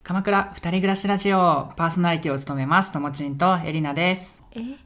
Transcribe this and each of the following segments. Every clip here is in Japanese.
鎌倉二人暮らしラジオパーソナリティを務めますともちんとエリナです。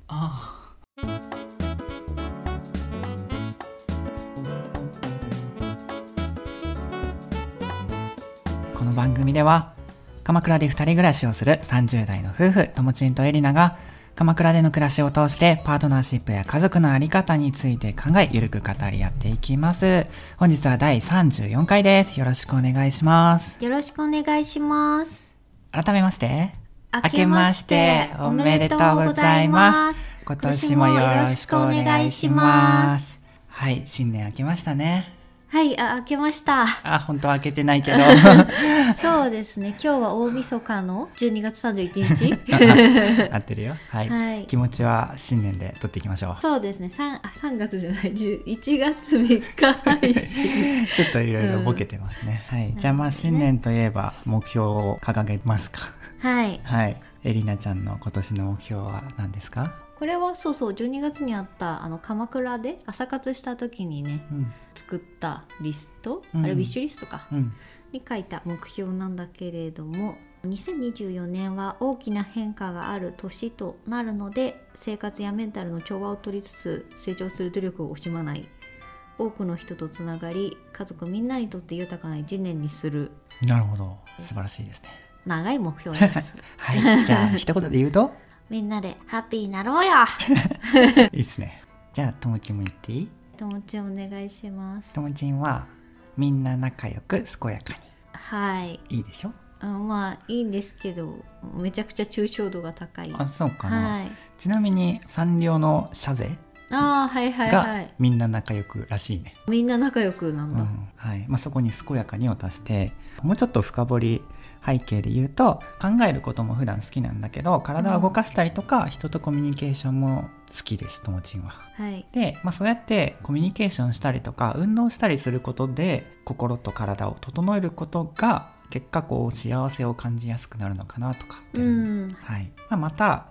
この番組では鎌倉で二人暮らしをする30代の夫婦ともちんとエリナが鎌倉での暮らしを通してパートナーシップや家族のあり方について考えゆるく語り合っていきます。本日は第34回です。よろしくお願いします。 よろしくお願いします。 改めまして明けましておめでとうございます。今年もよろしくお願いします。はい、新年明けましたね。 はい、明けました。 本当は明けてないけどそうですね、今日は大晦日の12月31日合ってるよ、はい、 はい、 気持ちは新年で撮っていきましょう。 そうですね、3月じゃない1月3日配信ちょっといろいろボケてますね、はい、じゃあ新年といえば目標を掲げますか？ はい、 はい、エリナちゃんの今年の目標は何ですか？ これはそう12月にあった鎌倉で朝活した時にね、作ったリスト、あれウィッシュリストか、に書いた目標なんだけれども、2024年は大きな変化がある年となるので、生活やメンタルの調和を取りつつ成長する努力を惜しまない、多くの人とつながり家族みんなにとって豊かな1年にする。 なるほど、素晴らしいですね。 長い目標ですはい、じゃあ一言で言うとみんなでハッピーになろうよいいっすね。じゃあともちんも言っていい？ ともちんお願いします。 ともちんはみんな仲良く健やかに。 はい、 いいでしょ？ まあいいんですけど、めちゃくちゃ抽象度が高い。 そうかな、 はい、 ちなみにサンリオのシャゼはいはいがはい、 みんな仲良くらしいね。 みんな仲良くなんだ、 はい、そこに健やかにを足して、もうちょっと深掘り背景で言うと、考えることも普段好きなんだけど体を動かしたりとか、人とコミュニケーションも好きです、ともちんは。 はい、 で、そうやってコミュニケーションしたりとか運動したりすることで心と体を整えることが結果幸せを感じやすくなるのかなとかってはい、また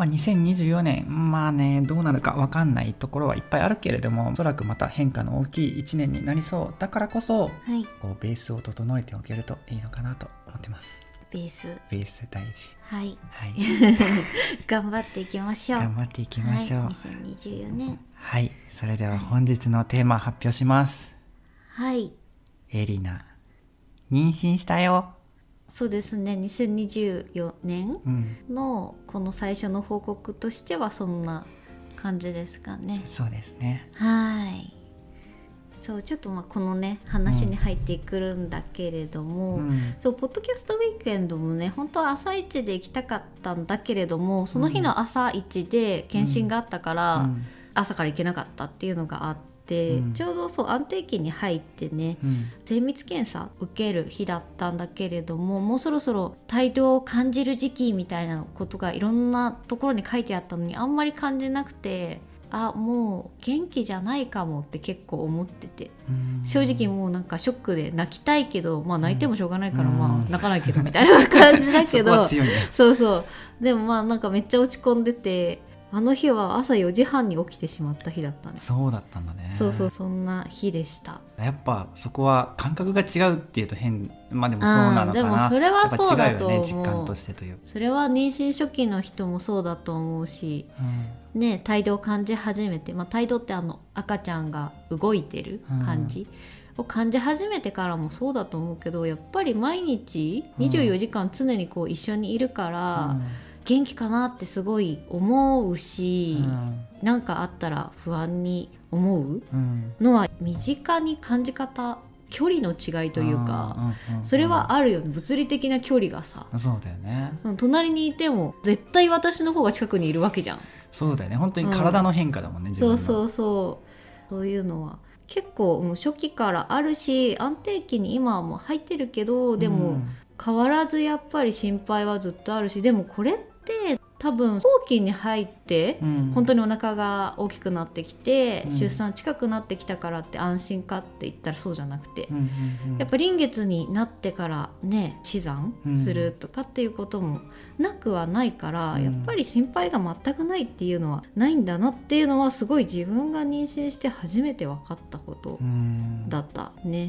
2024年どうなるか分かんないところはいっぱいあるけれども、おそらくまた変化の大きい1年になりそうだからこそ、ベースを整えておけるといいのかなと思ってます。 ベース大事。 はい、 頑張っていきましょう。2024年。 はい、それでは本日のテーマ発表します。 はい、 エリナ妊娠したよ。 そうですね、2024年のこの最初の報告としてはそんな感じですかね。 そうですね。 はい、そうちょっとこのね話に入ってくるんだけれども、そうポッドキャストウィークエンドもね本当は朝一で行きたかったんだけれども、その日の朝一で検診があったから、朝から行けなかったっていうのがあって、ちょうど安定期に入ってね、精密検査受ける日だったんだけれども、もうそろそろ胎動を感じる時期みたいなことがいろんなところに書いてあったのにあんまり感じなくて、もう元気じゃないかもって結構思ってて、正直もうショックで泣きたいけど、泣いてもしょうがないから泣かないけどみたいな感じだけどそこは強いね。そうでもめっちゃ落ち込んでて、あの日は朝4時半に起きてしまった日だったね。 そうだったんだね。 そんな日でした。 やっぱそこは感覚が違うっていうと変、でもそうなのかな。でもそれはそうだと思う。 やっぱ違うよね、実感としてという。 それは妊娠初期の人もそうだと思うし、胎動を感じ始めて、胎動って赤ちゃんが動いてる感じを感じ始めてからもそうだと思うけど、やっぱり毎日24時間常に一緒にいるから、元気かなってすごい思うし、なんかあったら不安に思うのは身近に感じ方、距離の違いというか、それはあるよね。物理的な距離がさ、 そうだよね。 隣にいても絶対私の方が近くにいるわけじゃん。 そうだよね、本当に体の変化だもんね、自分の。 そういうのは結構初期からあるし、安定期に今はもう入ってるけど、でも変わらずやっぱり心配はずっとあるし、でもこれって多分後期に入って、本当にお腹が大きくなってきて、出産近くなってきたからって安心かって言ったらそうじゃなくて、やっぱ臨月になってからね死産するとかっていうこともなくはないから、やっぱり心配が全くないっていうのはないんだなっていうのはすごい自分が妊娠して初めて分かったことだったね。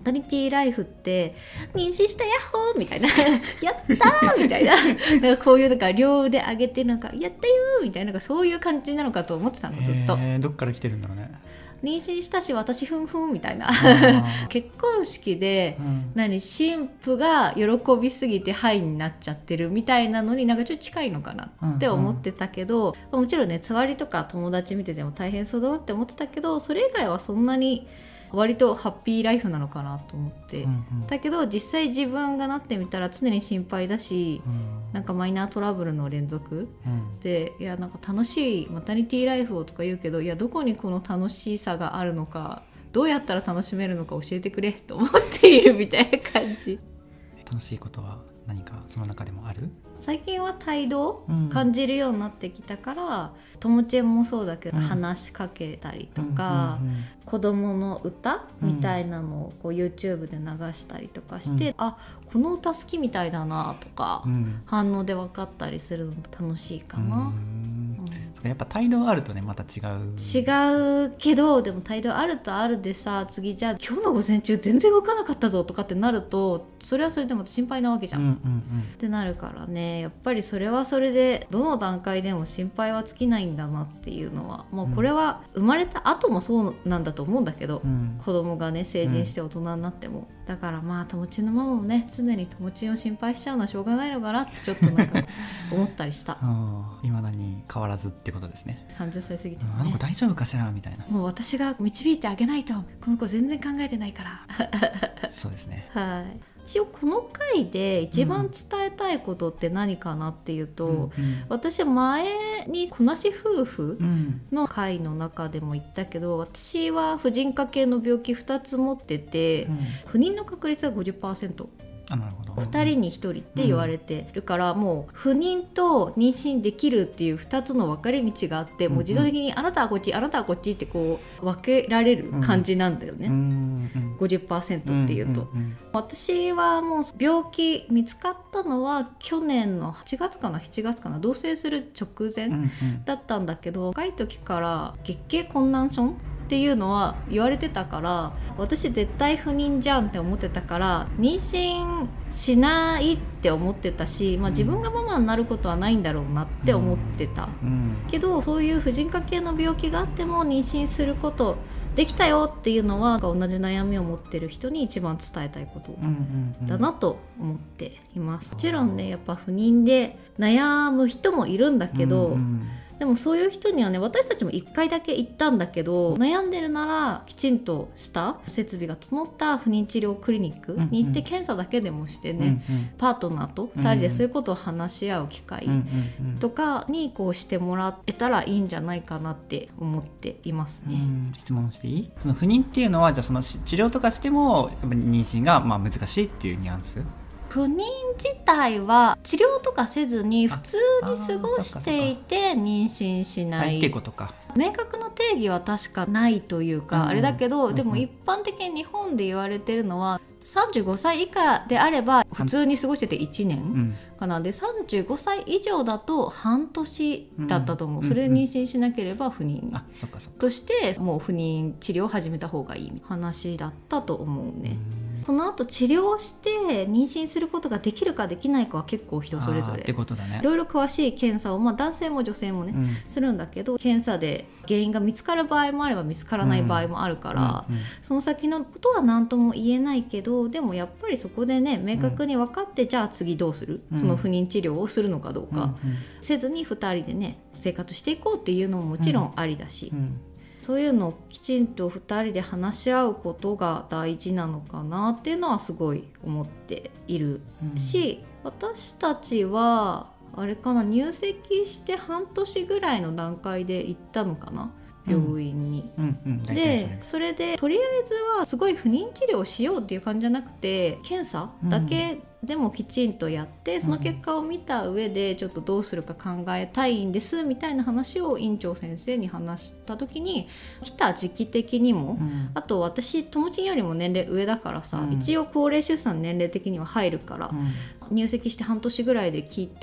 マタニティライフって妊娠したヤッホーみたいなやったーみたいななんかこういうなんか両腕上げてなんかやったよーみたいな、なんかそういう感じなのかと思ってたのずっと。 どっから来てるんだろうね。 妊娠したし私ふんふんみたいな結婚式で、新婦が喜びすぎてハイになっちゃってるみたいなのになんかちょっと近いのかなって思ってたけど、もちろんねつわりとか友達見てても大変そうだなって思ってたけど、それ以外はそんなに割とハッピーライフなのかなと思って、だけど実際自分がなってみたら常に心配だし、なんかマイナートラブルの連続、でいやなんか楽しいマタニティライフをとか言うけど、いやどこにこの楽しさがあるのか、どうやったら楽しめるのか教えてくれと思っているみたいな感じ。 楽しいことは何かその中でもある？ 最近は態度を感じるようになってきたから、ともちんもそうだけど、話しかけたりとか、子供の歌みたいなのをこう YouTube で流したりとかして、あこの歌好きみたいだなとか、反応で分かったりするのも楽しいかな。 やっぱ態度あるとねまた違うけど、でも態度あるとあるでさ、次じゃあ今日の午前中全然動かなかったぞとかってなると、それはそれでまた心配なわけじゃん、ってなるからね、やっぱりそれはそれでどの段階でも心配は尽きないんだなっていうのは、もうこれは生まれた後もそうなんだと思うんだけど、子供がね成人して大人になっても、だからまあともちんのママもね常にともちんを心配しちゃうのはしょうがないのかなってちょっとなんか思ったりした未だに変わらずってことですね。 30歳過ぎてもね、 あの子大丈夫かしらみたいな、 もう私が導いてあげないとこの子全然考えてないからそうですね。 はい。一応この回で一番伝えたいことって何かなっていうと、私前にこなし夫婦の回の中でも言ったけど、私は婦人科系の病気2つ持ってて、不妊の確率が 50%。 なるほど。 2人に1人って言われてるから、もう不妊と妊娠できるっていう2つの分かれ道があって、もう自動的にあなたはこっちあなたはこっちってこう分けられる感じなんだよね、50% っていうと、私はもう病気見つかったのは去年の8月かな7月かな、同棲する直前だったんだけど、若い時から月経困難症っていうのは言われてたから、私絶対不妊じゃんって思ってたから妊娠しないって思ってたし、自分がママになることはないんだろうなって思ってた、けどそういう婦人科系の病気があっても妊娠することできたよっていうのは同じ悩みを持ってる人に一番伝えたいことだなと思っています。もちろんねやっぱ不妊で悩む人もいるんだけど、でもそういう人にはね、私たちも1回だけ行ったんだけど、悩んでるならきちんとした設備が整った不妊治療クリニックに行って検査だけでもしてね、パートナーと2人でそういうことを話し合う機会とかにこうしてもらえたらいいんじゃないかなって思っていますね。 質問していい？その不妊っていうのはじゃあその治療とかしてもやっぱり妊娠が難しいっていうニュアンス？ 不妊自体は治療とかせずに普通に過ごしていて妊娠しないってことか。 明確な定義は確かないというか、あれだけど、でも一般的に日本で言われてるのは35歳以下であれば普通に過ごしてて1年かな、で35歳以上だと半年だったと思う、それで妊娠しなければ不妊としてもう不妊治療を始めた方がいい話だったと思うね。その後治療して妊娠することができるかできないかは結構人それぞれってことだね。 いろいろ詳しい検査を、男性も女性もね、するんだけど、検査で原因が見つかる場合もあれば見つからない場合もあるから、その先のことは何とも言えないけど、でもやっぱりそこでね明確に分かって、じゃあ次どうする、その不妊治療をするのかどうか、せずに2人でね生活していこうっていうのももちろんありだし、そういうのをきちんと2人で話し合うことが大事なのかなっていうのはすごい思っているし、私たちはあれかな、入籍して半年ぐらいの段階で行ったのかな、病院に、でそれでとりあえずはすごい不妊治療をしようっていう感じじゃなくて、検査だけでもきちんとやって、その結果を見た上でちょっとどうするか考えたいんですみたいな話を院長先生に話した時に、来た時期的にも、あと私ともちんよりも年齢上だからさ、一応高齢出産年齢的には入るから、入籍して半年ぐらいで聞いた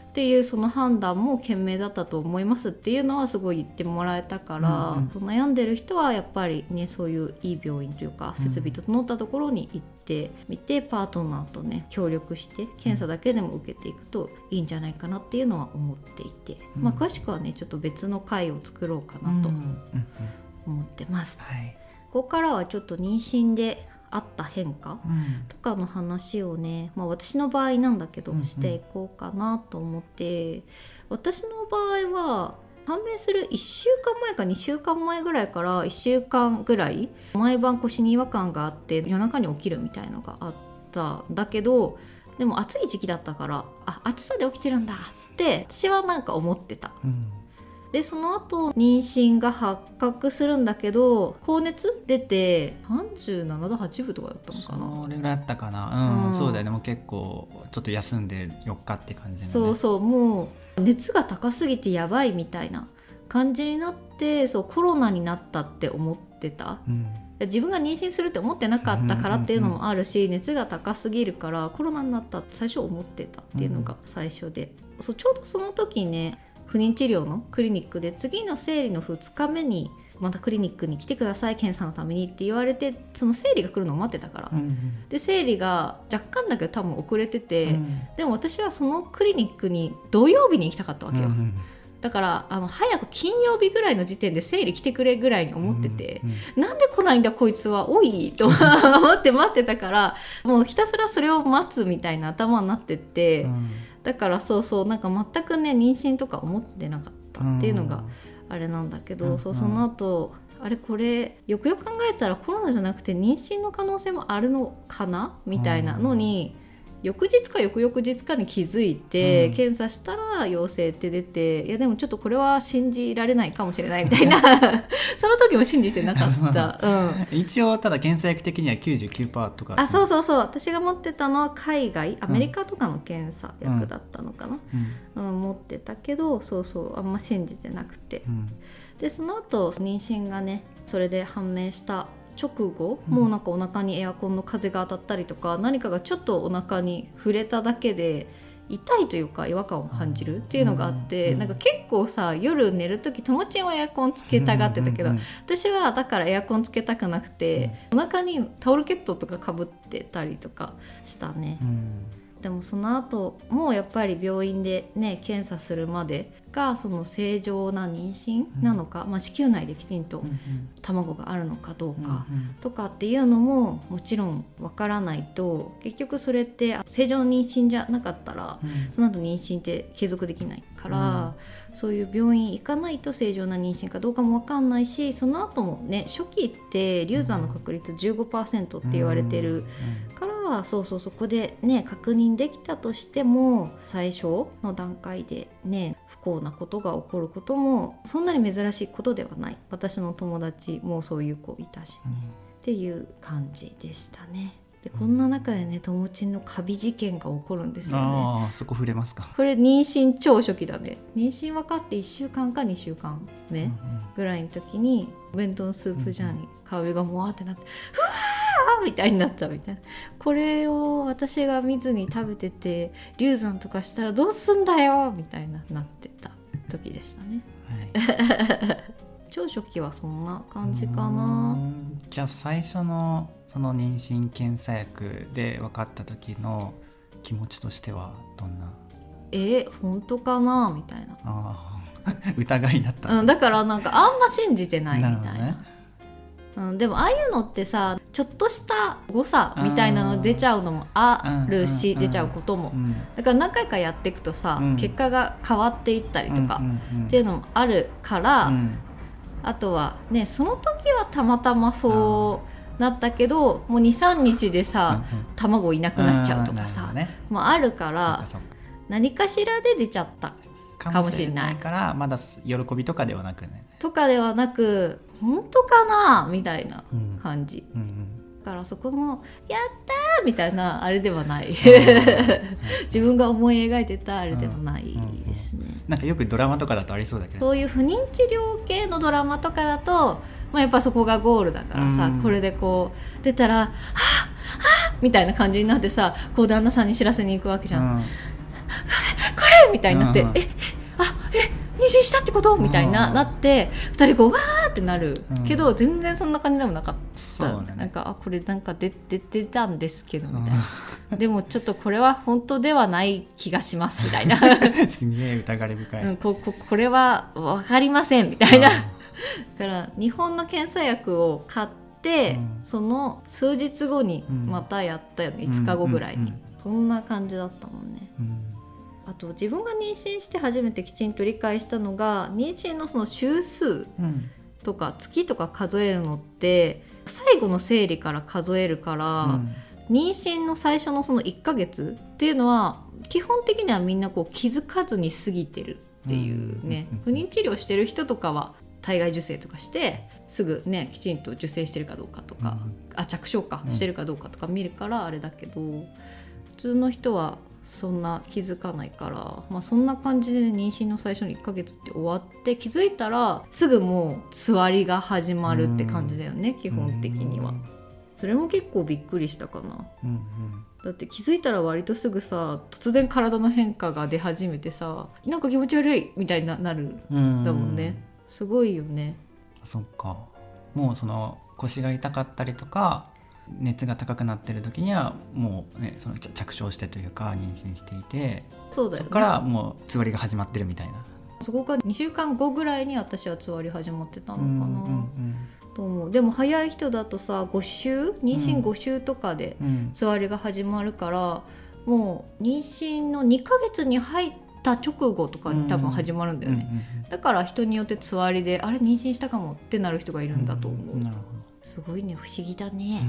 っていうその判断も賢明だったと思いますっていうのはすごい言ってもらえたから、悩んでる人はやっぱりねそういういい病院というか設備整ったところに行ってみて、パートナーとね協力して検査だけでも受けていくといいんじゃないかなっていうのは思っていて、詳しくはねちょっと別の回を作ろうかなと思ってます。ここからはちょっと妊娠であった変化とかの話をね、私の場合なんだけどしていこうかなと思って、私の場合は判明する1週間前か2週間前ぐらいから1週間ぐらい毎晩腰に違和感があって夜中に起きるみたいのがあったんだけど、でも暑い時期だったから暑さで起きてるんだって私はなんか思ってた。でその後妊娠が発覚するんだけど高熱出て37度8分とかだったのかな。 それぐらいだったかな、そうだよね。もう結構ちょっと休んで4日って感じだね。 そうもう熱が高すぎてやばいみたいな感じになって、コロナになったって思ってた、自分が妊娠するって思ってなかったからっていうのもあるし、熱が高すぎるからコロナになったって最初思ってたっていうのが最初で、ちょうどその時ね不妊治療のクリニックで次の生理の2日目にまたクリニックに来てください検査のためにって言われて、その生理が来るのを待ってたから、で生理が若干だけど多分遅れてて、でも私はそのクリニックに土曜日に行きたかったわけよ、だから早く金曜日ぐらいの時点で生理来てくれぐらいに思ってて、なんで来ないんだこいつはおいと思って待ってたから、もうひたすらそれを待つみたいな頭になってって、だからなんか全くね妊娠とか思ってなかったっていうのがあれなんだけど、その後これよくよく考えたらコロナじゃなくて妊娠の可能性もあるのかなみたいなのに、翌日か翌々日かに気づいて、検査したら陽性って出て、いやでもちょっとこれは信じられないかもしれないみたいなその時も信じてなかった、 一応ただ検査薬的には 99% とか。 そう私が持ってたのは海外アメリカとかの検査薬だったのかな、持ってたけどあんま信じてなくて、でその後妊娠がねそれで判明した直後、もうなんかお腹にエアコンの風が当たったりとか、何かがちょっとお腹に触れただけで痛いというか違和感を感じるっていうのがあって、なんか結構さ夜寝る時友達はエアコンつけたがってたけど、私はだからエアコンつけたくなくて、お腹にタオルケットとかかぶってたりとかしたね、でもその後もうやっぱり病院でね検査するまでがその正常な妊娠なのか、子宮内できちんと卵があるのかどうかとかっていうのももちろんわからないと、結局それって正常の妊娠じゃなかったら、その後妊娠って継続できないから、そういう病院行かないと正常な妊娠かどうかもわかんないし、その後もね初期って流産の確率 15% って言われてるから、そこでね確認できたとしても最初の段階でね不幸なことが起こることもそんなに珍しいことではない。私の友達もそういう子いたし、っていう感じでしたね。でこんな中でね友達のカビ事件が起こるんですよね。 そこ触れますか。 これ妊娠超初期だね。妊娠分かって1週間か2週間目ぐらいの時にお弁当のスープジャーにカビがもわってなって、ふわーみたいになったみたいな。これを私が見ずに食べてて流産とかしたらどうすんだよみたいななってた時でしたね、超初期はそんな感じかな。 じゃあ最初のその妊娠検査薬で分かった時の気持ちとしてはどんな？ 本当かなみたいな疑いになった、 だからなんかあんま信じてないみたいな、でもああいうのってさちょっとした誤差みたいなの出ちゃうのもあるし、出ちゃうことも、だから何回かやっていくとさ、結果が変わっていったりとかっていうのもあるから、あとはねその時はたまたまそうなったけどもう 2,3 日でさ、卵いなくなっちゃうとかさ、もうあるから何かしらで出ちゃったかもしれないからまだ喜びとかではなくねとかではなく本当かなみたいな感じ、だからそこもやったーみたいなあれではない自分が思い描いてたあれではないですね、 なんかよくドラマとかだとありそうだけど、 そういう不妊治療系のドラマとかだと、やっぱそこがゴールだからさ、これでこう出たらはぁはぁみたいな感じになってさ、こう旦那さんに知らせに行くわけじゃん、これみたいになって、妊娠したってことみたいななって2人こうわーってなる、けど全然そんな感じでもなかった、なんかこれなんか出てたんですけどみたいなでもちょっとこれは本当ではない気がしますみたいなすげえ疑り深い、 これは分かりませんみたいなだから日本の検査薬を買って、その数日後にまたやったよね、5日後ぐらいに、そんな感じだったもんね、あと自分が妊娠して初めてきちんと理解したのが、妊娠のその週数とか月とか数えるのって最後の生理から数えるから、妊娠の最初のその1ヶ月っていうのは基本的にはみんなこう気づかずに過ぎてるっていうね、不妊治療してる人とかは体外受精とかしてすぐねきちんと受精してるかどうかとか、着床かしてるかどうかとか見るからあれだけど、普通の人はそんな気づかないから、そんな感じで、妊娠の最初の1ヶ月って終わって気づいたらすぐもうつわりが始まるって感じだよね、基本的には。それも結構びっくりしたかな、だって気づいたら割とすぐさ、突然体の変化が出始めてさ、なんか気持ち悪いみたいになるだもんね、すごいよね。 そっか、もうその腰が痛かったりとか熱が高くなってる時にはもうね、その着床してというか妊娠していて、 そうだよね、 そこからもうつわりが始まってるみたいな。 そこから2週間後ぐらいに私はつわり始まってたのかな、と思う。でも早い人だとさ、5週妊娠5週とかでつわりが始まるから、もう妊娠の2ヶ月に入った直後とかに多分始まるんだよね、だから人によってつわりであれ妊娠したかもってなる人がいるんだと思う、 なるほど、 すごいね、不思議だね、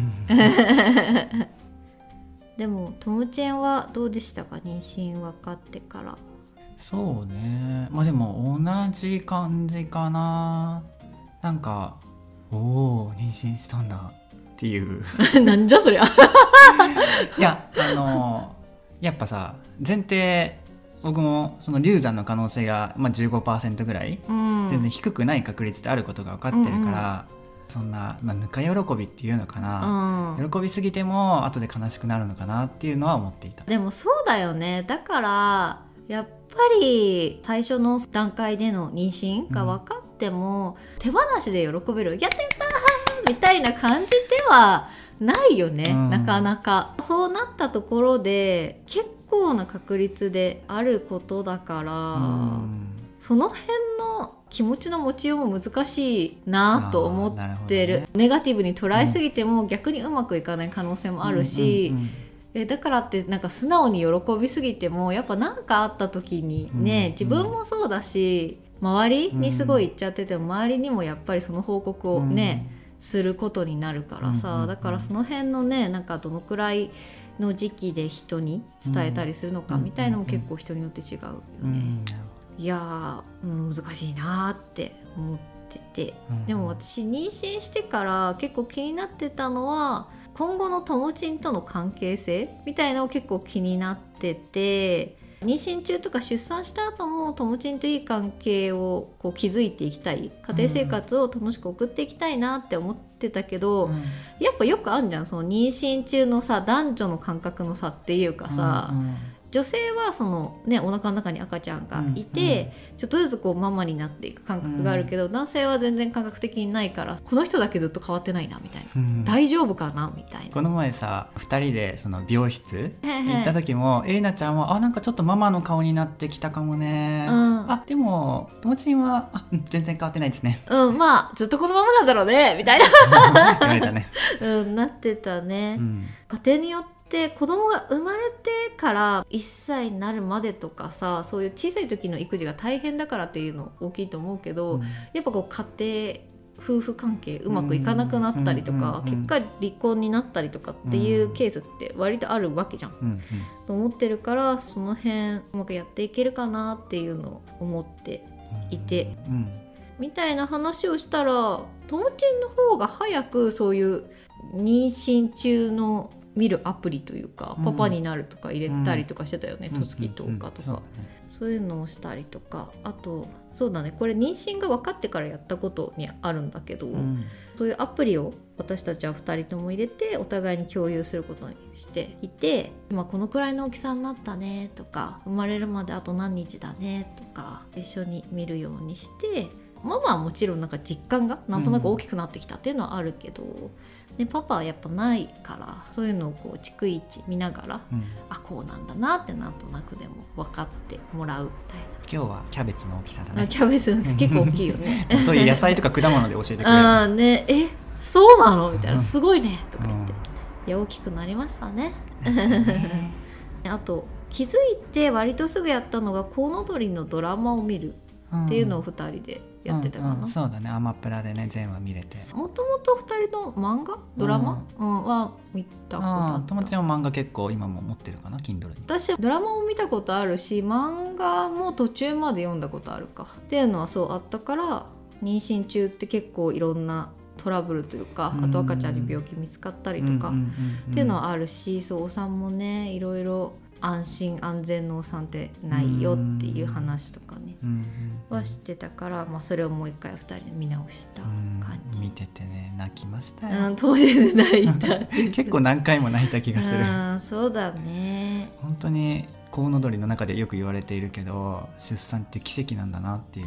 でもともちんはどうでしたか、妊娠分かってから。 そうね、でも同じ感じかな。なんか妊娠したんだっていうなんじゃそりゃいややっぱさ、前提僕もその流産の可能性が、15% ぐらい、全然低くない確率であることが分かってるから、そんな、ぬか喜びっていうのかな、喜びすぎても後で悲しくなるのかなっていうのは思っていた。 でもそうだよね、だからやっぱり最初の段階での妊娠が分かっても、手放しで喜べる、やってたみたいな感じではないよね、なかなか。そうなったところで結構な確率であることだから、その辺の気持ちの持ちようも難しいなと思ってる。ネガティブに捉えすぎても逆にうまくいかない可能性もあるし、だからってなんか素直に喜びすぎてもやっぱ何かあった時にね、自分もそうだし周りにすごい言っちゃってても、周りにもやっぱりその報告をね、することになるからさ、だからその辺のね、なんかどのくらいの時期で人に伝えたりするのかみたいのも結構人によって違うよね、いや難しいなって思ってて、でも私妊娠してから結構気になってたのは今後のともちんとの関係性みたいなのを結構気になってて、妊娠中とか出産した後もともちんといい関係をこう築いていきたい、家庭生活を楽しく送っていきたいなって思ってたけど、やっぱよくあるじゃん、その妊娠中のさ男女の感覚の差っていうかさ、女性はその、ね、お腹の中に赤ちゃんがいて、ちょっとずつこうママになっていく感覚があるけど、男性は全然感覚的にないから、この人だけずっと変わってないなみたいな、大丈夫かなみたいな。 この前さ2人でその美容室行った時もエリナちゃんはなんかちょっとママの顔になってきたかもね、でもともちんは全然変わってないですね、 ずっとこのままなんだろうねみたいな言われたねなってたね、家庭によって子供が生まれてから1歳になるまでとかさ、そういう小さい時の育児が大変だからっていうの大きいと思うけど、やっぱこう家庭夫婦関係うまくいかなくなったりとか、結果離婚になったりとかっていうケースって割とあるわけじゃん、と思ってるから、その辺うまくやっていけるかなっていうのを思っていて、みたいな話をしたらともちんの方が早くそういう妊娠中の見るアプリというか、パパになるとか入れたりとかしてたよね、とつき10日とか、そういうのをしたりとか、あとそうだね、これ妊娠が分かってからやったことにあるんだけど、そういうアプリを私たちは2人とも入れてお互いに共有することにしていて、今このくらいの大きさになったねとか、生まれるまであと何日だねとか一緒に見るようにして、ママはもちろんなんか実感がなんとなく大きくなってきたっていうのはあるけど、でパパはやっぱないから、そういうのをこう逐一見ながら、あこうなんだなってなんとなくでも分かってもらうみたいな。 今日はキャベツの大きさだね。 キャベツ結構大きいよねそういう野菜とか果物で教えてくれるあね、そうなのみたいな、すごいねとか言って、いや大きくなりましたねあと気づいて割とすぐやったのがコウノドリのドラマを見るっていうのを2人でやってたかな、 そうだね、アマプラでね全話見れて、 もともと2人の漫画ドラマ、は見たことあった。 友達の漫画結構今も持ってるかな Kindle に。 私ドラマも見たことあるし、漫画も途中まで読んだことあるかっていうのはそうあったから、妊娠中って結構いろんなトラブルというか、あと赤ちゃんに病気見つかったりとかっていうのはあるし、そうお産もねいろいろ安心安全のお産ってないよっていう話とかね、はしてたから、それをもう一回2人で見直した感じ。 見ててね泣きましたよ、 当時で泣いた結構何回も泣いた気がするそうだね、 本当にコウノドリの中でよく言われているけど、出産って奇跡なんだなっていう、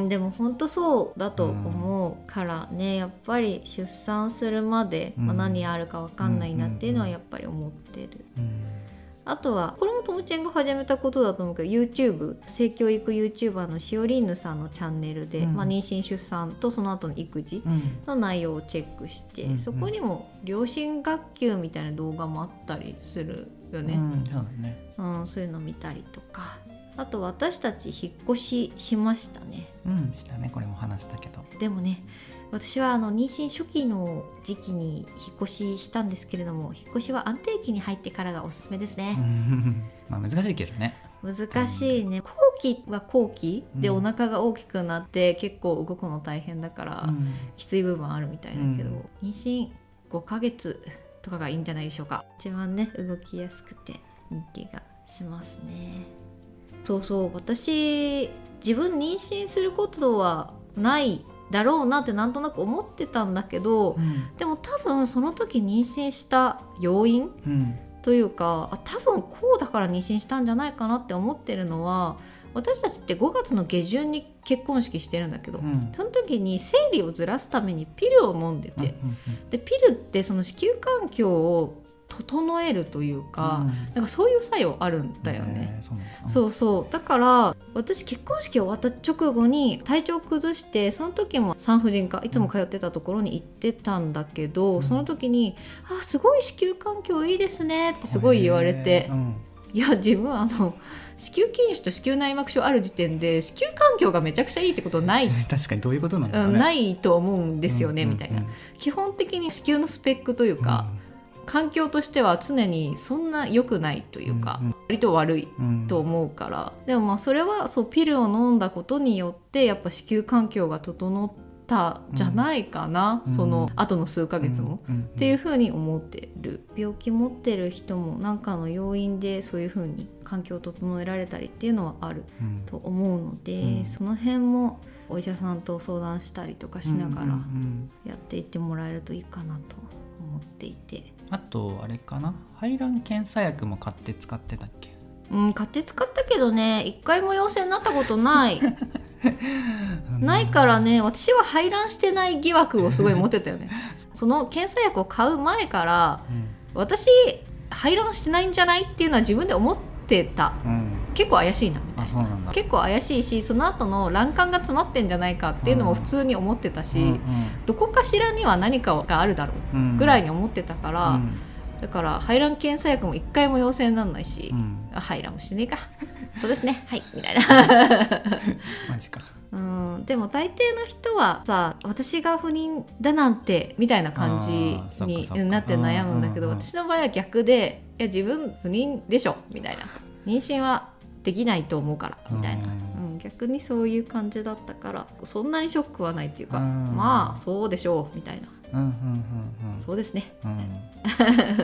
でも本当そうだと思うからね、やっぱり出産するまで、何あるか分かんないなっていうのはやっぱり思ってる、あとはこれもともちんが始めたことだと思うけど、 YouTube 性教育 YouTuber のしおりんぬさんのチャンネルで、妊娠出産とその後の育児の内容をチェックして、そこにも両親学級みたいな動画もあったりするよね、 そうだね、 そういうの見たりとか、あと私たち引っ越ししましたね。 したね、これも話したけど。 でもね、私は妊娠初期の時期に引っ越ししたんですけれども、引っ越しは安定期に入ってからがおすすめですね難しいけどね。 難しいね。後期は後期でお腹が大きくなって結構動くの大変だから、きつい部分あるみたいだけど、妊娠5ヶ月とかがいいんじゃないでしょうか。一番ね動きやすくていい気がしますね。そうそう、私自分妊娠することはないだろうなってなんとなく思ってたんだけど、でも多分その時妊娠した要因、というか、多分こうだから妊娠したんじゃないかなって思ってるのは、私たちって5月の下旬に結婚式してるんだけど、その時に生理をずらすためにピルを飲んでて、でピルってその子宮環境を整えるというか、なんかそういう作用あるんだよね。そうそう、だから私結婚式終わった直後に体調崩して、その時も産婦人科いつも通ってたところに行ってたんだけど、その時にすごい子宮環境いいですねってすごい言われて、いや自分子宮筋腫と子宮内膜症ある時点で子宮環境がめちゃくちゃいいってことない確かにどういうことなんだろうね、 ないと思うんですよね、みたいな。基本的に子宮のスペックというか、環境としては常にそんな良くないというか、割と悪いと思うから、でもそれはそうピルを飲んだことによってやっぱ子宮環境が整ったじゃないかな、その後の数ヶ月も、っていうふうに思ってる。病気持ってる人も何かの要因でそういうふうに環境を整えられたりっていうのはあると思うので、その辺もお医者さんと相談したりとかしながらやっていってもらえるといいかなと思っていて。 あとあれかな、排卵検査薬も買って使ってたっけ？ 買って使ったけどね、一回も陽性になったことないないからね、私は排卵してない疑惑をすごい持ってたよねその検査薬を買う前から、私排卵してないんじゃないっていうのは自分で思ってた、結構怪しいなみたいな。 そうなんだ。 結構怪しいし、その後の卵管が詰まってんじゃないかっていうのも普通に思ってたし、どこかしらには何かがあるだろうぐらいに思ってたから、だから排卵検査薬も1回も陽性にならないし、排卵もしてねえかそうですねはいみたいなマジか。 でも大抵の人はさ、私が不妊だなんてみたいな感じになって悩むんだけど、私の場合は逆で、いや自分不妊でしょみたいな、妊娠はできないと思うからみたいな、逆にそういう感じだったから、そんなにショックはないっていうか、まあそうでしょうみたいな、そうですね、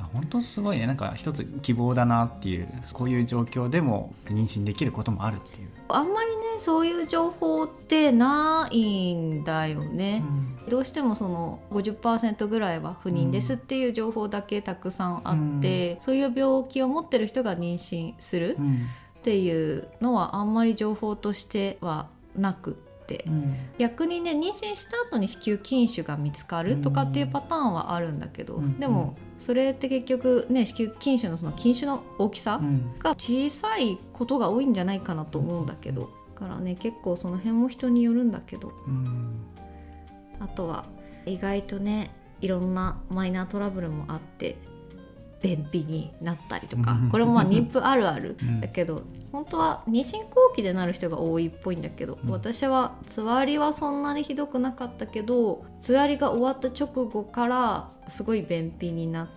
本当すごいね。なんか一つ希望だなっていう、こういう状況でも妊娠できることもあるっていう。 あんまりねそういう情報ってないんだよね、どうしてもその 50% ぐらいは不妊ですっていう情報だけたくさんあって、そういう病気を持ってる人が妊娠するっていうのはあんまり情報としてはなくって、逆にね妊娠した後に子宮筋腫が見つかるとかっていうパターンはあるんだけど、でもそれって結局ね子宮筋腫のその筋腫の大きさが小さいことが多いんじゃないかなと思うんだけど、だからね結構その辺も人によるんだけど、あとは意外とねいろんなマイナートラブルもあって便秘になったりとか、これもまあ妊婦あるあるだけど、本当は妊娠後期でなる人が多いっぽいんだけど、私はつわりはそんなにひどくなかったけど、つわりが終わった直後からすごい便秘になって、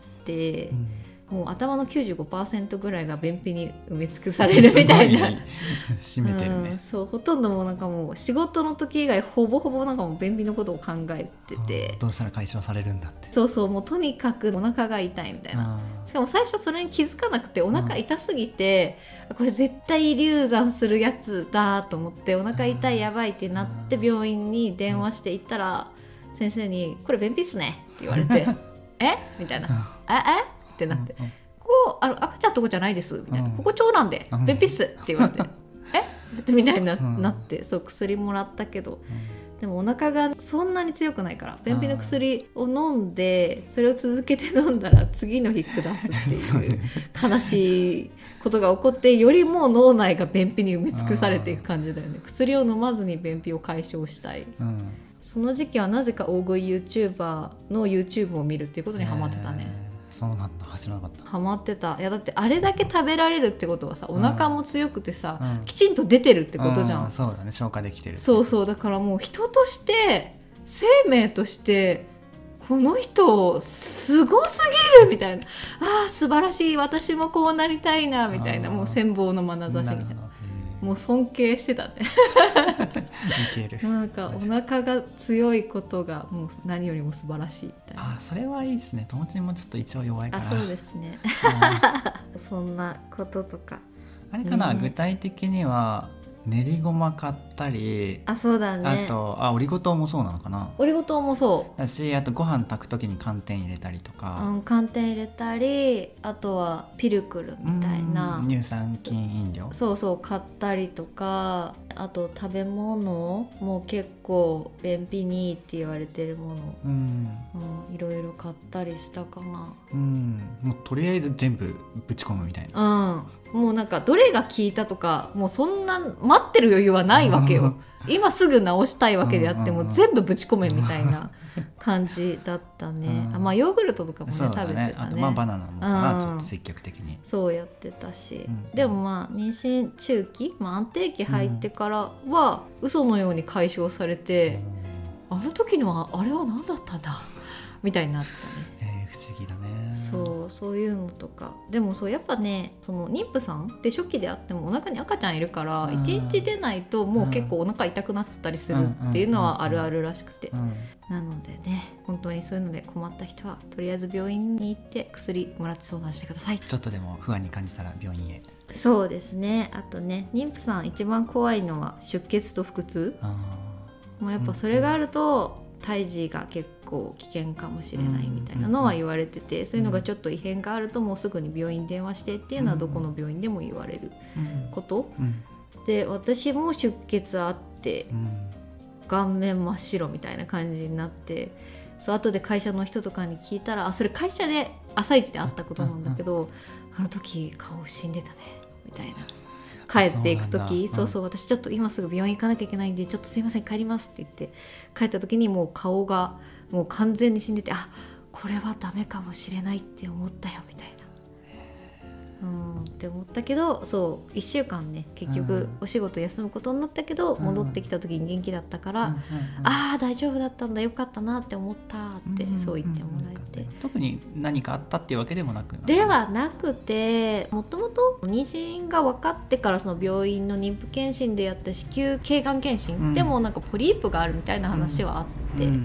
もう頭の 95% ぐらいが便秘に埋め尽くされるみたいな占めてるね、 そうほとんどもうなんかもう仕事の時以外ほぼほぼなんかもう便秘のことを考えてて、 どうしたら解消されるんだって。 そうそう、もうとにかくお腹が痛いみたいな。しかも最初それに気づかなくて、お腹痛すぎて、これ絶対流産するやつだと思って、お腹痛いやばいってなって病院に電話して行ったら、先生にこれ便秘っすねって言われてえみたいな、えってなって、ここ赤ちゃんとこじゃないですみたいな、ここ長男で便秘っすって言われてえみたいに なって、そう薬もらったけど、でもお腹がそんなに強くないから便秘の薬を飲んで、それを続けて飲んだら次の日下すっていう悲しいことが起こって、よりもう脳内が便秘に埋め尽くされていく感じだよね。薬を飲まずに便秘を解消したい、その時期はなぜか大食い YouTuber の YouTube を見るっていうことにハマってたね。 そうなんだ、走らなかった。 ハマってた。いやだってあれだけ食べられるってことはさ、お腹も強くてさ、きちんと出てるってことじゃん、 そうだね、消化できてる。 そうそう、だからもう人として生命としてこの人すごすぎるみたいな、素晴らしい、私もこうなりたいなみたいな、もう羨望の眼差しみたいな、もう尊敬してたねいける。 なんかお腹が強いことがもう何よりも素晴らしいみたいな。 それはいいですね。友達もちょっと一応弱いから。 そうですねそんなこととかあれかな、具体的には練りごま買ったり、 そうだね、 あとオリゴ糖もそうなのかな。 オリゴ糖もそうだし、あとご飯炊く時に寒天入れたりとか、 寒天入れたり、あとはピルクルみたいな乳酸菌飲料、 そうそう買ったりとか、あと食べ物も結構便秘にって言われてるもの、いろいろ買ったりしたかな。 もうとりあえず全部ぶち込むみたいな。 もうなんかどれが効いたとか、もうそんな待ってる余裕はないわけよ今すぐ治したいわけであっても、全部ぶち込めみたいな感じだったねヨーグルトとかもね食べてたね。 あとバナナもかな、ちょっと積極的にそうやってたし、でも妊娠中期、安定期入ってからは嘘のように解消されて、あの時のあれは何だったんだみたいになったね。 不思議だね。 そういうのとか。でもそうやっぱね、その妊婦さんって初期であってもお腹に赤ちゃんいるから、1日出ないともう結構お腹痛くなったりするっていうのはあるあるらしくて、なのでね、本当にそういうので困った人はとりあえず病院に行って薬もらって相談してください。 ちょっとでも不安に感じたら病院へ。 そうですね。あとね、妊婦さん一番怖いのは出血と腹痛。もうやっぱそれがあると胎児が結構危険かもしれないみたいなのは言われてて、そういうのがちょっと異変があるともうすぐに病院電話してっていうのはどこの病院でも言われること、で、私も出血あって、顔面真っ白みたいな感じになって、そう後で会社の人とかに聞いたら、それ会社で朝一で会ったことなんだけど、あの時顔死んでたねみたいな。帰っていく時、そう私ちょっと今すぐ病院行かなきゃいけないんでちょっとすいません帰りますって言って帰った時にもう顔がもう完全に死んでて、これはダメかもしれないって思ったよみたいな、って思ったけど、そう1週間ね結局お仕事休むことになったけど、戻ってきた時に元気だったから、大丈夫だったんだ、よかったなって思ったってそう言ってもらえて、 特に何かあったっていうわけでもなくではなくて、もともと妊娠が分かってからその病院の妊婦検診でやった子宮頸がん検診、でもなんかポリープがあるみたいな話はあって、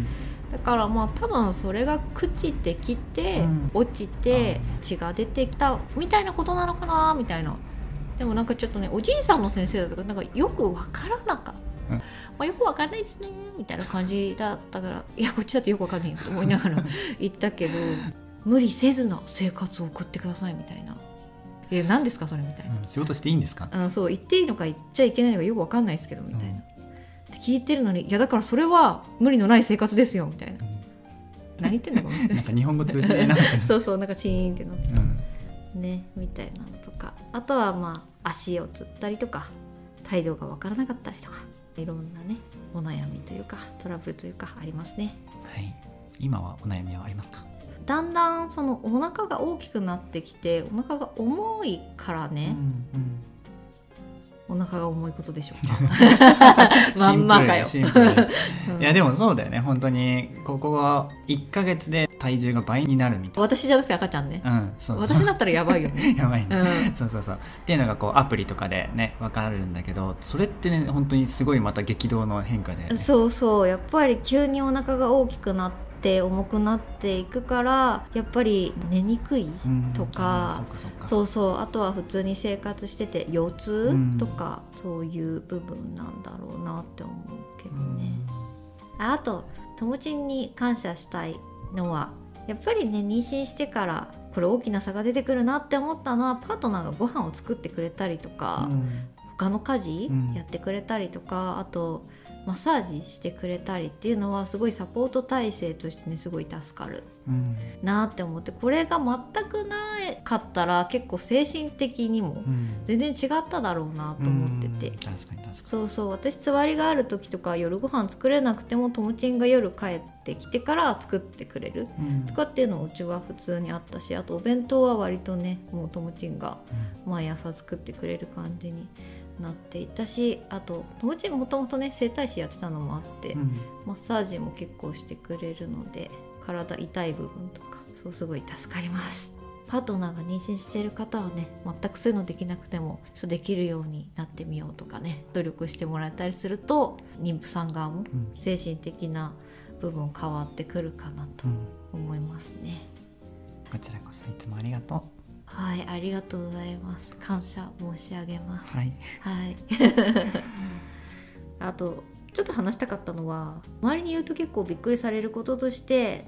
だからまあ多分それが朽ちてきて、落ちて血が出てきたみたいなことなのかなみたいな。でもなんかちょっとねおじいさんの先生だったからなんかよくわからなかった、まあ、よくわかんないですねみたいな感じだったから、いやこっちだってよくわかんないよと思いながら言ったけど無理せずな生活を送ってくださいみたいな。何ですかそれみたいな、 仕事していいんですか、 そう言っていいのか言っちゃいけないのかよくわかんないですけどみたいな、って聞いてるのに、いやだからそれは無理のない生活ですよみたいな、何言ってんだかなんか日本語通じないなそうそうなんかチーンってなって、ねみたいなのとか、あとはまあ足をつったりとか態度がわからなかったりとか、いろんなねお悩みというかトラブルというかありますね。 はい、今はお悩みはありますか？ だんだんそのお腹が大きくなってきて、お腹が重いからね、お腹が重いことでしょうかまんまかよいやでもそうだよね、本当にここは1ヶ月で体重が倍になるみたいな。 私じゃなくて赤ちゃんね、そう私だったらやばいよねやばいね、そうそうそうっていうのがこうアプリとかでね分かるんだけど、それってね本当にすごいまた激動の変化で、ね、 そうそうやっぱり急にお腹が大きくなって重くなっていくからやっぱり寝にくいとか、そうそうあとは普通に生活してて腰痛とか、そういう部分なんだろうなって思うけどね。あとともちんに感謝したいのはやっぱりね、妊娠してからこれ大きな差が出てくるなって思ったのは、パートナーがご飯を作ってくれたりとか、他の家事やってくれたりとか、あとマッサージしてくれたりっていうのはすごいサポート体制としてねすごい助かるなって思って、これが全くなかったら結構精神的にも全然違っただろうなと思ってて、 確かにそうそう私つわりがある時とか夜ご飯作れなくてもともちんが夜帰ってきてから作ってくれるとかっていうのをうちは普通にあったし、あとお弁当は割とねもうともちんが毎朝作ってくれる感じになっていたし、あとともちんもともとね整体師やってたのもあって、マッサージも結構してくれるので体痛い部分とかそうすごい助かります。パートナーが妊娠している方はね全くそういうのできなくてもそうできるようになってみようとかね努力してもらえたりすると妊婦さん側も精神的な部分変わってくるかなと思いますね。 こちらこそいつもありがとう。 はい、ありがとうございます。感謝申し上げます。はい、はい、あとちょっと話したかったのは、周りに言うと結構びっくりされることとして、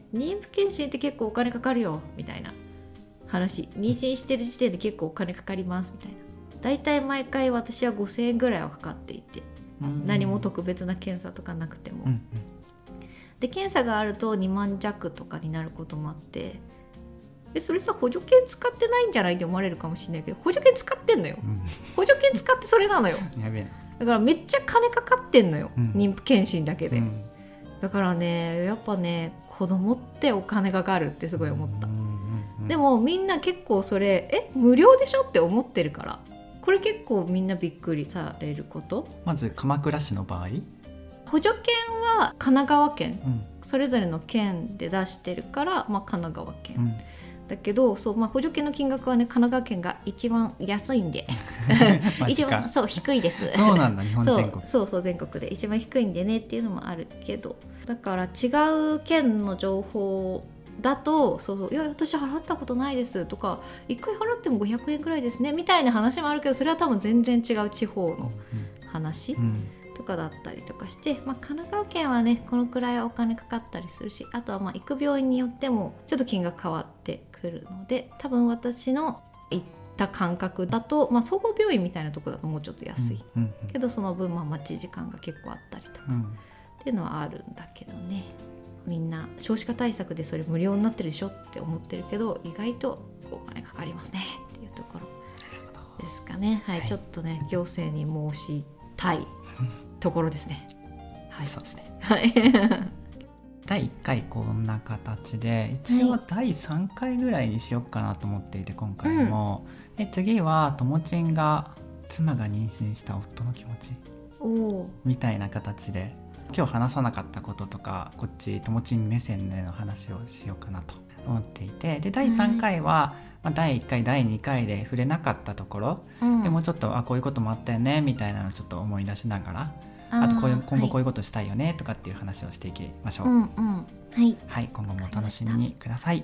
妊婦検診って結構お金かかるよみたいな話、妊娠してる時点で結構お金かかりますみたいな、だいたい毎回私は5000円ぐらいはかかっていて、何も特別な検査とかなくても、で検査があると2万弱とかになることもあって、でそれさ補助券使ってないんじゃないって思われるかもしれないけど、補助券使ってんのよ、補助券使ってそれなのよやべえな。 だからめっちゃ金かかってんのよ、妊婦検診だけで、だからねやっぱね子供ってお金かかるってすごい思った、でもみんな結構それ無料でしょって思ってるから、これ結構みんなびっくりされること。 まず鎌倉市の場合補助券は神奈川県、それぞれの県で出してるから、神奈川県、だけどそう、補助金の金額はね神奈川県が一番安いんで一番そう低いです。 そうなんだ、日本全国そう全国で一番低いんでねっていうのもあるけど、だから違う県の情報だといや私払ったことないですとか、1回払っても500円くらいですねみたいな話もあるけど、それは多分全然違う地方の話、とかだったりとかして、神奈川県はねこのくらいお金かかったりするし、あとは行く病院によってもちょっと金額変わってくるので、多分私の行った感覚だと、総合病院みたいなところだともうちょっと安い、けどその分待ち時間が結構あったりとか、っていうのはあるんだけどね。みんな少子化対策でそれ無料になってるでしょって思ってるけど、意外とお金かかりますねっていうところですかね。はい、ちょっとね行政に申したいところですね。はい、 そうですね。 はい。 第1回こんな形で、一応第3回ぐらいにしようかなと思っていて、今回も、で次はともちんが妻が妊娠した夫の気持ちみたいな形で、今日話さなかったこととかこっちともちん目線での話をしようかなと思っていて、で第3回は、第1回第2回で触れなかったところ、でもちょっとこういうこともあったよねみたいなのをちょっと思い出しながらあと今後こういうことしたいよねとかっていう話をしていきましょう。 はい、 はい、今後もお楽しみにください。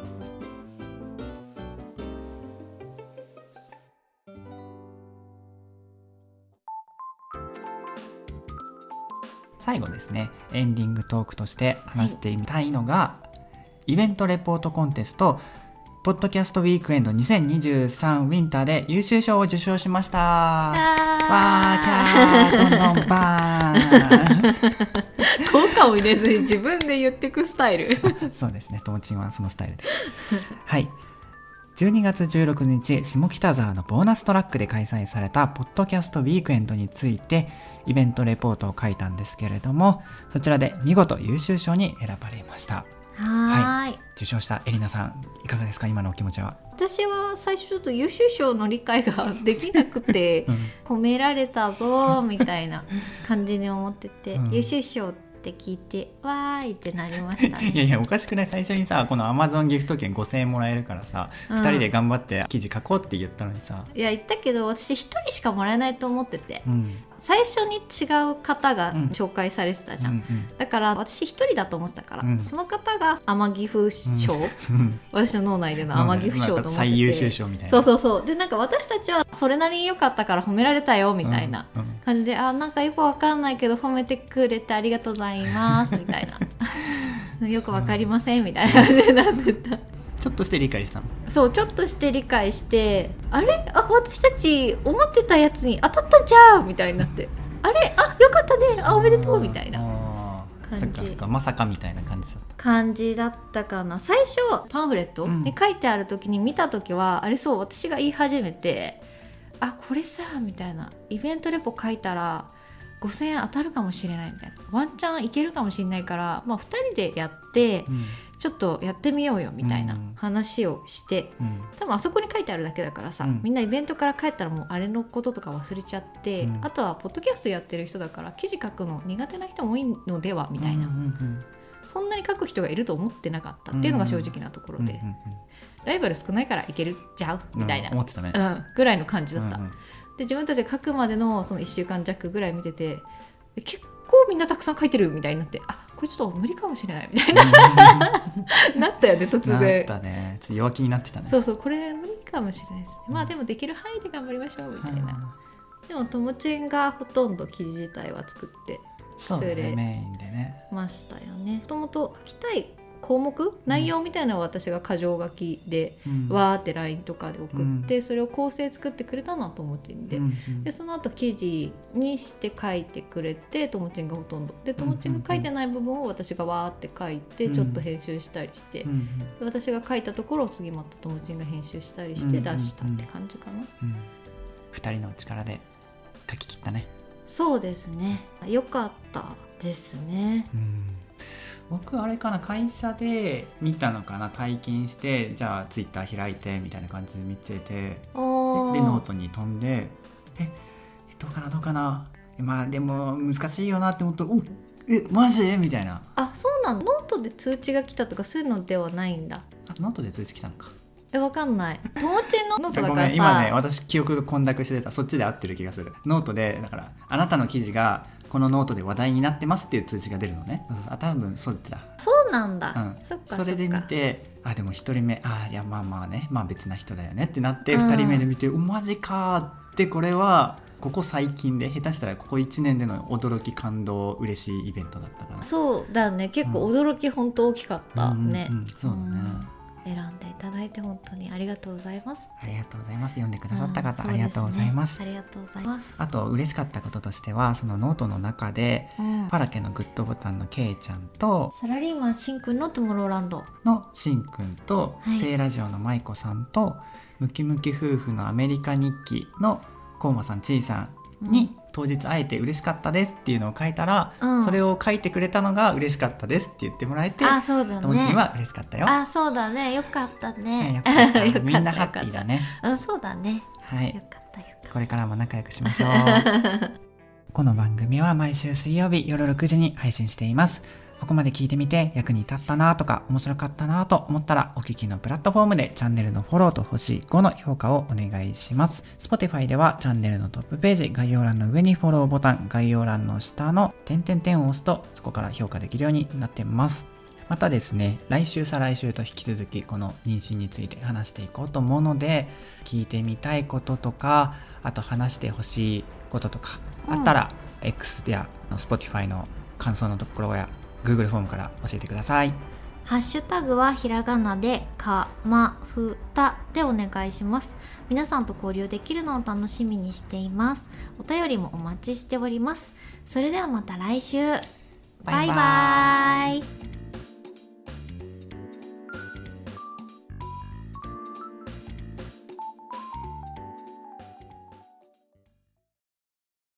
最後ですね、エンディングトークとして話してみたいのが、イベントレポートコンテストポッドキャストウィークエンド2023ウィンターで優秀賞を受賞しました。わーキャーどんどんバーン効果を入れずに自分で言ってくスタイルそうですね、ともちんはそのスタイルですはい、12月16日下北沢のボーナストラックで開催されたポッドキャストウィークエンドについてイベントレポートを書いたんですけれども、そちらで見事優秀賞に選ばれました。はい、受賞したエリナさんいかがですか、今のお気持ちは。 私は最初ちょっと優秀賞の理解ができなくて、褒められたぞみたいな感じに思ってて、優秀賞って聞いてわーいってなりましたね。 いやおかしくない？最初にさ、この Amazon ギフト券5000円もらえるからさ、2人で頑張って記事書こうって言ったのにさ。 いや言ったけど私1人しかもらえないと思ってて、最初に違う方が紹介されてたじゃん、だから私一人だと思ってたから、その方が天城風賞、私の脳内での天城風賞と思ってて、 最優秀賞みたいな。 そうでなんか私たちはそれなりに良かったから褒められたよみたいな感じで、なんかよくわかんないけど褒めてくれてありがとうございますみたいなよくわかりませんみたいな感じになってた。 ちょっとして理解したの。 そうちょっとして理解して、私たち思ってたやつに当たったじゃんみたいになって、よかったね、おめでとうみたいな感じ。 そっかまさかみたいな感じだったかな。最初パンフレットに書いてある時に見た時は、私が言い始めて、これさみたいな、イベントレポ書いたら5000円当たるかもしれないみたいな、ワンチャンいけるかもしれないから、2人でやって、ちょっとやってみようよみたいな話をして、多分あそこに書いてあるだけだからさ、みんなイベントから帰ったらもうあれのこととか忘れちゃって、あとはポッドキャストやってる人だから記事書くの苦手な人も多いのではみたいな、そんなに書く人がいると思ってなかったっていうのが正直なところで、ライバル少ないからいけるちゃうみたいな、 思ってたね、 ぐらいの感じだった、で自分たちが書くまでのその1週間弱ぐらい見てて、結構みんなたくさん書いてるみたいになって、これちょっと無理かもしれないみたいななったよね、突然。 なったね、ちょっと弱気になってたね。 そうこれ無理かもしれないですね、でもできる範囲で頑張りましょうみたいな、でもともちんがほとんど記事自体は作ってくれましたよね。もともと書きたい項目、内容みたいなのを私が箇条書きで、わーって LINE とかで送って、それを構成作ってくれたのはともちんで、でその後記事にして書いてくれて、ともちんがほとんどで、ともちんが書いてない部分を私がわーって書いて、ちょっと編集したりして、私が書いたところを次またともちんが編集したりして出したって感じかな。 2人の力で書き切ったね。 そうですね、よかったですね。 僕あれかな、会社で見たのかな、体験して、じゃあツイッター開いてみたいな感じで見てて、でノートに飛んで、どうかな、でも難しいよなって思ったら、マジみたいな。 そうなの。ノートで通知が来たとかそういうのではないんだ。 ノートで通知来たのか。 わかんない。ともちんのノートだからさ今ね、私記憶が混濁してた。そっちで合ってる気がする。ノートで、だからあなたの記事がこのノートで話題になってますっていう通知が出るのね。多分そっちだ。 そうなんだ、そっか。 それで見て、でも1人目いやね、別な人だよねってなって、2人目で見て、マジかって。これはここ最近で、下手したらここ1年での驚き感動嬉しいイベントだったかな。 そうだね、結構驚き本当大きかったね。 そうだね。 選んでいただいて本当にありがとうございます。 ありがとうございます。読んでくださった方、ありがとうございます。 ありがとうございます。 あと嬉しかったこととしては、そのノートの中で、パラケのグッドボタンのケイちゃんと、 サラリーマンしんくんのトゥモローランドのしんくんと、聖ラジオのまいこさんと、ムキムキ夫婦のアメリカ日記のコウマさんちいさんに、当日会えて嬉しかったですっていうのを書いたら、それを書いてくれたのが嬉しかったですって言ってもらえて、 そうだね、 ともちんは嬉しかったよ。 そうだね、よかったね。 よかったみんなハッピーだね。 そうだね、 はい、 よかったよかった。 これからも仲良くしましょう。この番組は毎週水曜日夜6時に配信しています。 ここまで聞いてみて役に立ったなとか面白かったなと思ったら、お聞きのプラットフォームでチャンネルのフォローと星5の評価をお願いします。Spotify ではチャンネルのトップページ、概要欄の上にフォローボタン、概要欄の下の点々点を押すとそこから評価できるようになってます。またですね、来週再来週と引き続きこの妊娠について話していこうと思うので、聞いてみたいこととか、あと話してほしいこととかあったら、X や Spotify の感想のところや Google フォームから教えてください。 ハッシュタグはひらがなでかまふたでお願いします。皆さんと交流できるのを楽しみにしています。お便りもお待ちしております。それではまた来週。バイバイ。